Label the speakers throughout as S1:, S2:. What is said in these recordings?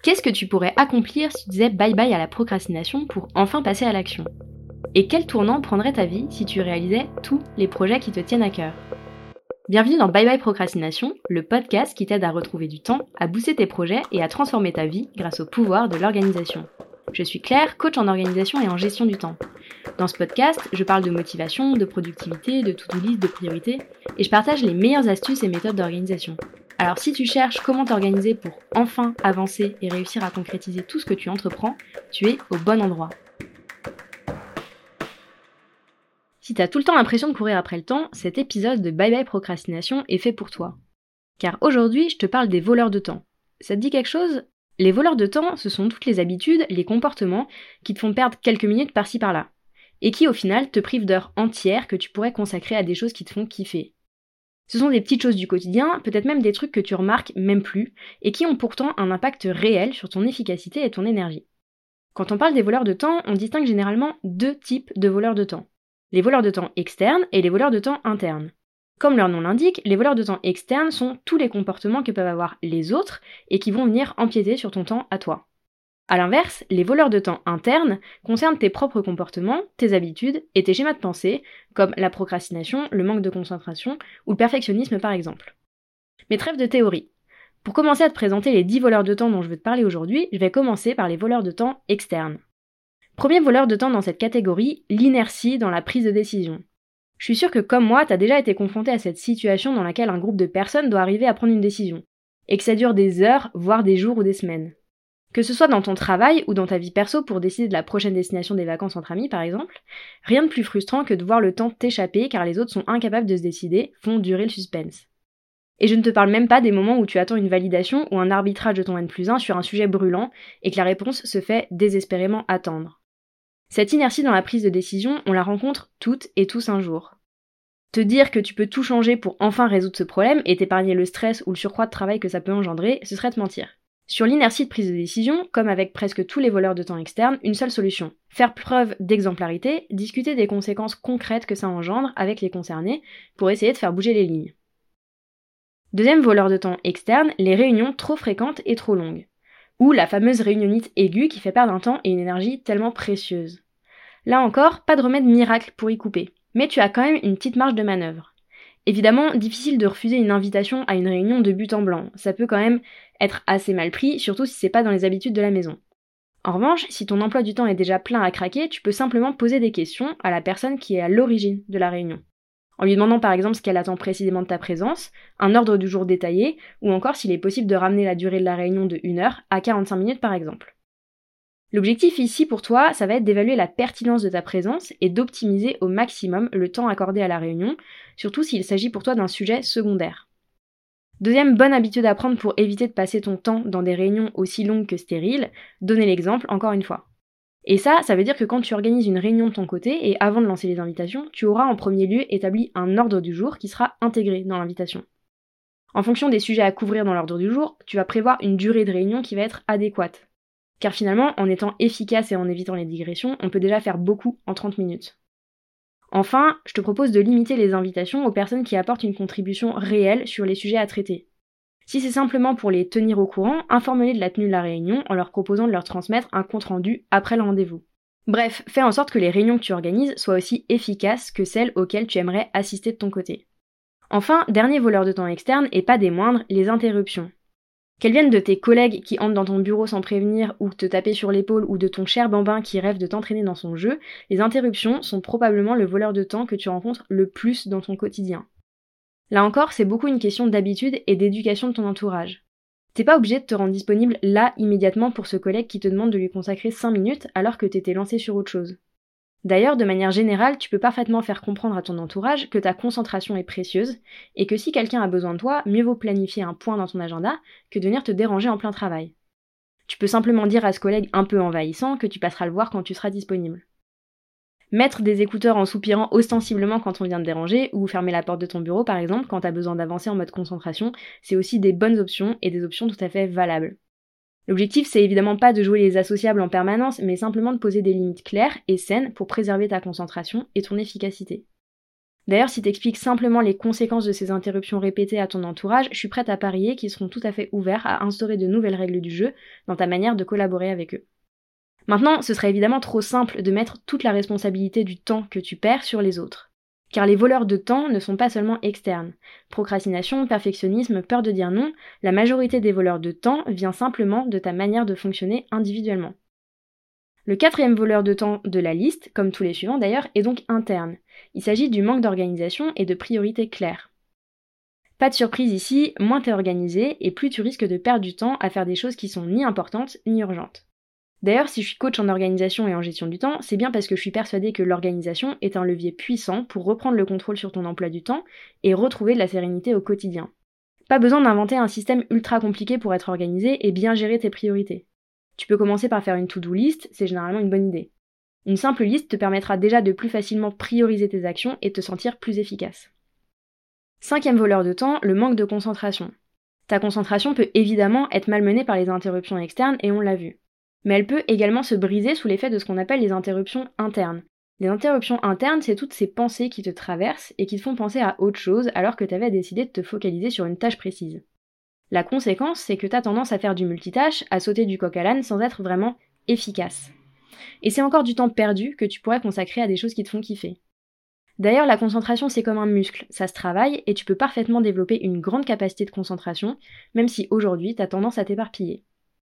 S1: Qu'est-ce que tu pourrais accomplir si tu disais bye bye à la procrastination pour enfin passer à l'action? Et quel tournant prendrait ta vie si tu réalisais tous les projets qui te tiennent à cœur? Bienvenue dans Bye Bye Procrastination, le podcast qui t'aide à retrouver du temps, à booster tes projets et à transformer ta vie grâce au pouvoir de l'organisation. Je suis Claire, coach en organisation et en gestion du temps. Dans ce podcast, je parle de motivation, de productivité, de to-do list, de priorités, et je partage les meilleures astuces et méthodes d'organisation. Alors si tu cherches comment t'organiser pour enfin avancer et réussir à concrétiser tout ce que tu entreprends, tu es au bon endroit. Si t'as tout le temps l'impression de courir après le temps, cet épisode de Bye Bye Procrastination est fait pour toi. Car aujourd'hui, je te parle des voleurs de temps. Ça te dit quelque chose ? Les voleurs de temps, ce sont toutes les habitudes, les comportements qui te font perdre quelques minutes par-ci par-là. Et qui au final te privent d'heures entières que tu pourrais consacrer à des choses qui te font kiffer. Ce sont des petites choses du quotidien, peut-être même des trucs que tu remarques même plus, et qui ont pourtant un impact réel sur ton efficacité et ton énergie. Quand on parle des voleurs de temps, on distingue généralement deux types de voleurs de temps. Les voleurs de temps externes et les voleurs de temps internes. Comme leur nom l'indique, les voleurs de temps externes sont tous les comportements que peuvent avoir les autres et qui vont venir empiéter sur ton temps à toi. A l'inverse, les voleurs de temps internes concernent tes propres comportements, tes habitudes et tes schémas de pensée, comme la procrastination, le manque de concentration ou le perfectionnisme par exemple. Mais trêve de théorie. Pour commencer à te présenter les 10 voleurs de temps dont je veux te parler aujourd'hui, je vais commencer par les voleurs de temps externes. Premier voleur de temps dans cette catégorie, l'inertie dans la prise de décision. Je suis sûre que comme moi, t'as déjà été confronté à cette situation dans laquelle un groupe de personnes doit arriver à prendre une décision, et que ça dure des heures, voire des jours ou des semaines. Que ce soit dans ton travail ou dans ta vie perso pour décider de la prochaine destination des vacances entre amis par exemple, rien de plus frustrant que de voir le temps t'échapper car les autres sont incapables de se décider, font durer le suspense. Et je ne te parle même pas des moments où tu attends une validation ou un arbitrage de ton N+1 sur un sujet brûlant et que la réponse se fait désespérément attendre. Cette inertie dans la prise de décision, on la rencontre toutes et tous un jour. Te dire que tu peux tout changer pour enfin résoudre ce problème et t'épargner le stress ou le surcroît de travail que ça peut engendrer, ce serait te mentir. Sur l'inertie de prise de décision, comme avec presque tous les voleurs de temps externes, une seule solution. Faire preuve d'exemplarité, discuter des conséquences concrètes que ça engendre avec les concernés pour essayer de faire bouger les lignes. Deuxième voleur de temps externe, les réunions trop fréquentes et trop longues. Ou la fameuse réunionnite aiguë qui fait perdre un temps et une énergie tellement précieuses. Là encore, pas de remède miracle pour y couper, mais tu as quand même une petite marge de manœuvre. Évidemment, difficile de refuser une invitation à une réunion de but en blanc, ça peut quand même être assez mal pris, surtout si c'est pas dans les habitudes de la maison. En revanche, si ton emploi du temps est déjà plein à craquer, tu peux simplement poser des questions à la personne qui est à l'origine de la réunion. En lui demandant par exemple ce qu'elle attend précisément de ta présence, un ordre du jour détaillé, ou encore s'il est possible de ramener la durée de la réunion de 1 heure à 45 minutes par exemple. L'objectif ici pour toi, ça va être d'évaluer la pertinence de ta présence et d'optimiser au maximum le temps accordé à la réunion, surtout s'il s'agit pour toi d'un sujet secondaire. Deuxième bonne habitude à prendre pour éviter de passer ton temps dans des réunions aussi longues que stériles, donner l'exemple encore une fois. Et ça veut dire que quand tu organises une réunion de ton côté et avant de lancer les invitations, tu auras en premier lieu établi un ordre du jour qui sera intégré dans l'invitation. En fonction des sujets à couvrir dans l'ordre du jour, tu vas prévoir une durée de réunion qui va être adéquate. Car finalement, en étant efficace et en évitant les digressions, on peut déjà faire beaucoup en 30 minutes. Enfin, je te propose de limiter les invitations aux personnes qui apportent une contribution réelle sur les sujets à traiter. Si c'est simplement pour les tenir au courant, informe-les de la tenue de la réunion en leur proposant de leur transmettre un compte-rendu après le rendez-vous. Bref, fais en sorte que les réunions que tu organises soient aussi efficaces que celles auxquelles tu aimerais assister de ton côté. Enfin, dernier voleur de temps externe, et pas des moindres, les interruptions. Qu'elles viennent de tes collègues qui entrent dans ton bureau sans prévenir ou te taper sur l'épaule ou de ton cher bambin qui rêve de t'entraîner dans son jeu, les interruptions sont probablement le voleur de temps que tu rencontres le plus dans ton quotidien. Là encore, c'est beaucoup une question d'habitude et d'éducation de ton entourage. T'es pas obligé de te rendre disponible là immédiatement pour ce collègue qui te demande de lui consacrer 5 minutes alors que t'étais lancé sur autre chose. D'ailleurs, de manière générale, tu peux parfaitement faire comprendre à ton entourage que ta concentration est précieuse et que si quelqu'un a besoin de toi, mieux vaut planifier un point dans ton agenda que de venir te déranger en plein travail. Tu peux simplement dire à ce collègue un peu envahissant que tu passeras le voir quand tu seras disponible. Mettre des écouteurs en soupirant ostensiblement quand on vient te déranger ou fermer la porte de ton bureau par exemple quand t'as besoin d'avancer en mode concentration, c'est aussi des bonnes options et des options tout à fait valables. L'objectif, c'est évidemment pas de jouer les associables en permanence, mais simplement de poser des limites claires et saines pour préserver ta concentration et ton efficacité. D'ailleurs, si t'expliques simplement les conséquences de ces interruptions répétées à ton entourage, je suis prête à parier qu'ils seront tout à fait ouverts à instaurer de nouvelles règles du jeu dans ta manière de collaborer avec eux. Maintenant, ce serait évidemment trop simple de mettre toute la responsabilité du temps que tu perds sur les autres. Car les voleurs de temps ne sont pas seulement externes. Procrastination, perfectionnisme, peur de dire non, la majorité des voleurs de temps vient simplement de ta manière de fonctionner individuellement. Le 4e voleur de temps de la liste, comme tous les suivants d'ailleurs, est donc interne. Il s'agit du manque d'organisation et de priorités claires. Pas de surprise ici, moins t'es organisé et plus tu risques de perdre du temps à faire des choses qui sont ni importantes ni urgentes. D'ailleurs, si je suis coach en organisation et en gestion du temps, c'est bien parce que je suis persuadée que l'organisation est un levier puissant pour reprendre le contrôle sur ton emploi du temps et retrouver de la sérénité au quotidien. Pas besoin d'inventer un système ultra compliqué pour être organisé et bien gérer tes priorités. Tu peux commencer par faire une to-do list, c'est généralement une bonne idée. Une simple liste te permettra déjà de plus facilement prioriser tes actions et te sentir plus efficace. 5e voleur de temps, le manque de concentration. Ta concentration peut évidemment être malmenée par les interruptions externes et on l'a vu. Mais elle peut également se briser sous l'effet de ce qu'on appelle les interruptions internes. Les interruptions internes, c'est toutes ces pensées qui te traversent et qui te font penser à autre chose alors que tu avais décidé de te focaliser sur une tâche précise. La conséquence, c'est que tu as tendance à faire du multitâche, à sauter du coq à l'âne sans être vraiment efficace. Et c'est encore du temps perdu que tu pourrais consacrer à des choses qui te font kiffer. D'ailleurs, la concentration, c'est comme un muscle, ça se travaille et tu peux parfaitement développer une grande capacité de concentration, même si aujourd'hui, tu as tendance à t'éparpiller.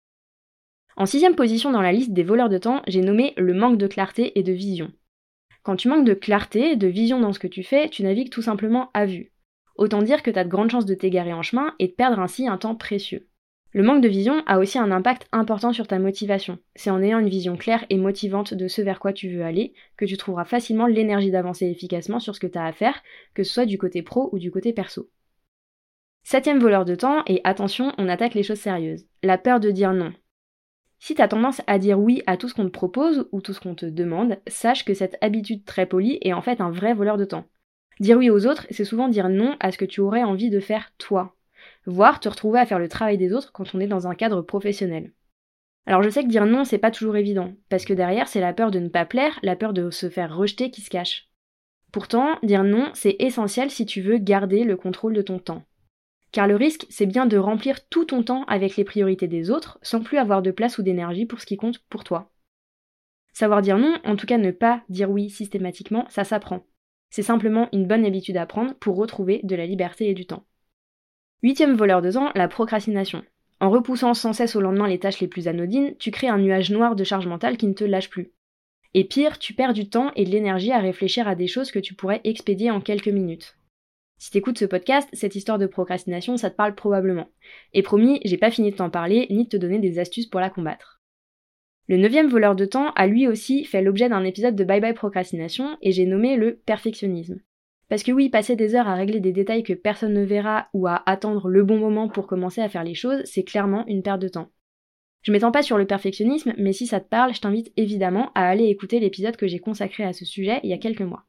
S1: En 6e position dans la liste des voleurs de temps, j'ai nommé le manque de clarté et de vision. Quand tu manques de clarté, de vision dans ce que tu fais, tu navigues tout simplement à vue. Autant dire que tu as de grandes chances de t'égarer en chemin et de perdre ainsi un temps précieux. Le manque de vision a aussi un impact important sur ta motivation. C'est en ayant une vision claire et motivante de ce vers quoi tu veux aller que tu trouveras facilement l'énergie d'avancer efficacement sur ce que tu as à faire, que ce soit du côté pro ou du côté perso. 7e voleur de temps, et attention, on attaque les choses sérieuses. La peur de dire non. Si tu as tendance à dire oui à tout ce qu'on te propose ou tout ce qu'on te demande, sache que cette habitude très polie est en fait un vrai voleur de temps. Dire oui aux autres, c'est souvent dire non à ce que tu aurais envie de faire toi. Voire te retrouver à faire le travail des autres quand on est dans un cadre professionnel. Alors je sais que dire non, c'est pas toujours évident, parce que derrière, c'est la peur de ne pas plaire, la peur de se faire rejeter qui se cache. Pourtant, dire non, c'est essentiel si tu veux garder le contrôle de ton temps. Car le risque, c'est bien de remplir tout ton temps avec les priorités des autres, sans plus avoir de place ou d'énergie pour ce qui compte pour toi. Savoir dire non, en tout cas ne pas dire oui systématiquement, ça s'apprend. C'est simplement une bonne habitude à prendre pour retrouver de la liberté et du temps. 8e voleur de temps, la procrastination. En repoussant sans cesse au lendemain les tâches les plus anodines, tu crées un nuage noir de charge mentale qui ne te lâche plus. Et pire, tu perds du temps et de l'énergie à réfléchir à des choses que tu pourrais expédier en quelques minutes. Si t'écoutes ce podcast, cette histoire de procrastination, ça te parle probablement. Et promis, j'ai pas fini de t'en parler, ni de te donner des astuces pour la combattre. Le 9e voleur de temps a lui aussi fait l'objet d'un épisode de Bye Bye Procrastination, et j'ai nommé le perfectionnisme. Parce que oui, passer des heures à régler des détails que personne ne verra ou à attendre le bon moment pour commencer à faire les choses, c'est clairement une perte de temps. Je m'étends pas sur le perfectionnisme, mais si ça te parle, je t'invite évidemment à aller écouter l'épisode que j'ai consacré à ce sujet il y a quelques mois.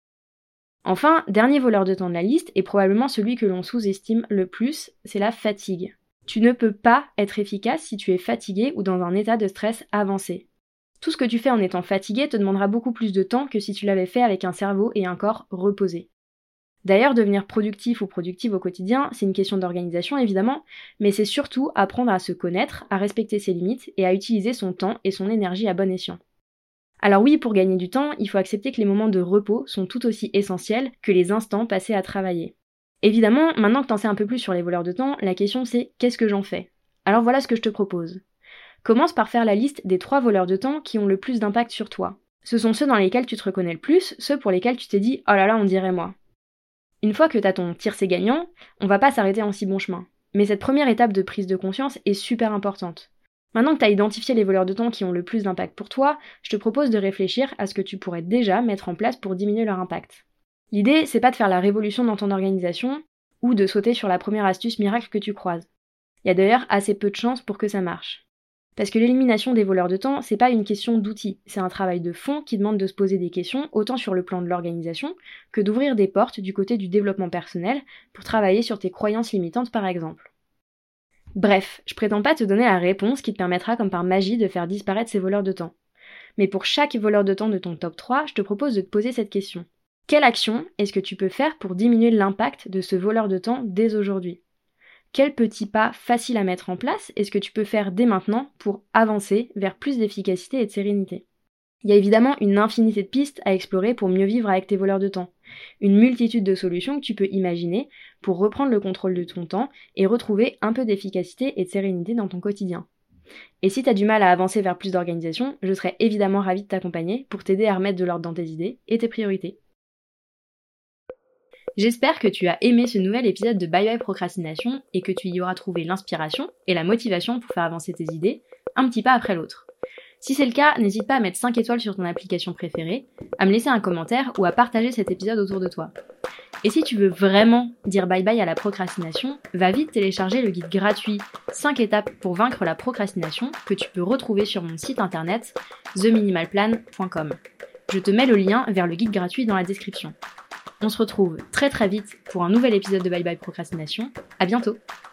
S1: Enfin, dernier voleur de temps de la liste, et probablement celui que l'on sous-estime le plus, c'est la fatigue. Tu ne peux pas être efficace si tu es fatigué ou dans un état de stress avancé. Tout ce que tu fais en étant fatigué te demandera beaucoup plus de temps que si tu l'avais fait avec un cerveau et un corps reposés. D'ailleurs, devenir productif ou productive au quotidien, c'est une question d'organisation évidemment, mais c'est surtout apprendre à se connaître, à respecter ses limites et à utiliser son temps et son énergie à bon escient. Alors oui, pour gagner du temps, il faut accepter que les moments de repos sont tout aussi essentiels que les instants passés à travailler. Évidemment, maintenant que t'en sais un peu plus sur les voleurs de temps, la question c'est qu'est-ce que j'en fais ? Alors voilà ce que je te propose. Commence par faire la liste des 3 voleurs de temps qui ont le plus d'impact sur toi. Ce sont ceux dans lesquels tu te reconnais le plus, ceux pour lesquels tu t'es dit « oh là là, on dirait moi ». Une fois que t'as ton tiercé gagnant, on va pas s'arrêter en si bon chemin. Mais cette première étape de prise de conscience est super importante. Maintenant que t'as identifié les voleurs de temps qui ont le plus d'impact pour toi, je te propose de réfléchir à ce que tu pourrais déjà mettre en place pour diminuer leur impact. L'idée, c'est pas de faire la révolution dans ton organisation, ou de sauter sur la première astuce miracle que tu croises. Il y a d'ailleurs assez peu de chances pour que ça marche. Parce que l'élimination des voleurs de temps, c'est pas une question d'outils, c'est un travail de fond qui demande de se poser des questions autant sur le plan de l'organisation que d'ouvrir des portes du côté du développement personnel pour travailler sur tes croyances limitantes par exemple. Bref, je prétends pas te donner la réponse qui te permettra comme par magie de faire disparaître ces voleurs de temps. Mais pour chaque voleur de temps de ton top 3, je te propose de te poser cette question. Quelle action est-ce que tu peux faire pour diminuer l'impact de ce voleur de temps dès aujourd'hui ? Quels petits pas faciles à mettre en place est-ce que tu peux faire dès maintenant pour avancer vers plus d'efficacité et de sérénité ? Il y a évidemment une infinité de pistes à explorer pour mieux vivre avec tes voleurs de temps. Une multitude de solutions que tu peux imaginer pour reprendre le contrôle de ton temps et retrouver un peu d'efficacité et de sérénité dans ton quotidien. Et si tu as du mal à avancer vers plus d'organisation, je serais évidemment ravie de t'accompagner pour t'aider à remettre de l'ordre dans tes idées et tes priorités. J'espère que tu as aimé ce nouvel épisode de Bye Bye Procrastination et que tu y auras trouvé l'inspiration et la motivation pour faire avancer tes idées, un petit pas après l'autre. Si c'est le cas, n'hésite pas à mettre 5 étoiles sur ton application préférée, à me laisser un commentaire ou à partager cet épisode autour de toi. Et si tu veux vraiment dire bye bye à la procrastination, va vite télécharger le guide gratuit 5 étapes pour vaincre la procrastination que tu peux retrouver sur mon site internet theminimalplan.com. Je te mets le lien vers le guide gratuit dans la description. On se retrouve très vite pour un nouvel épisode de Bye Bye Procrastination. À bientôt!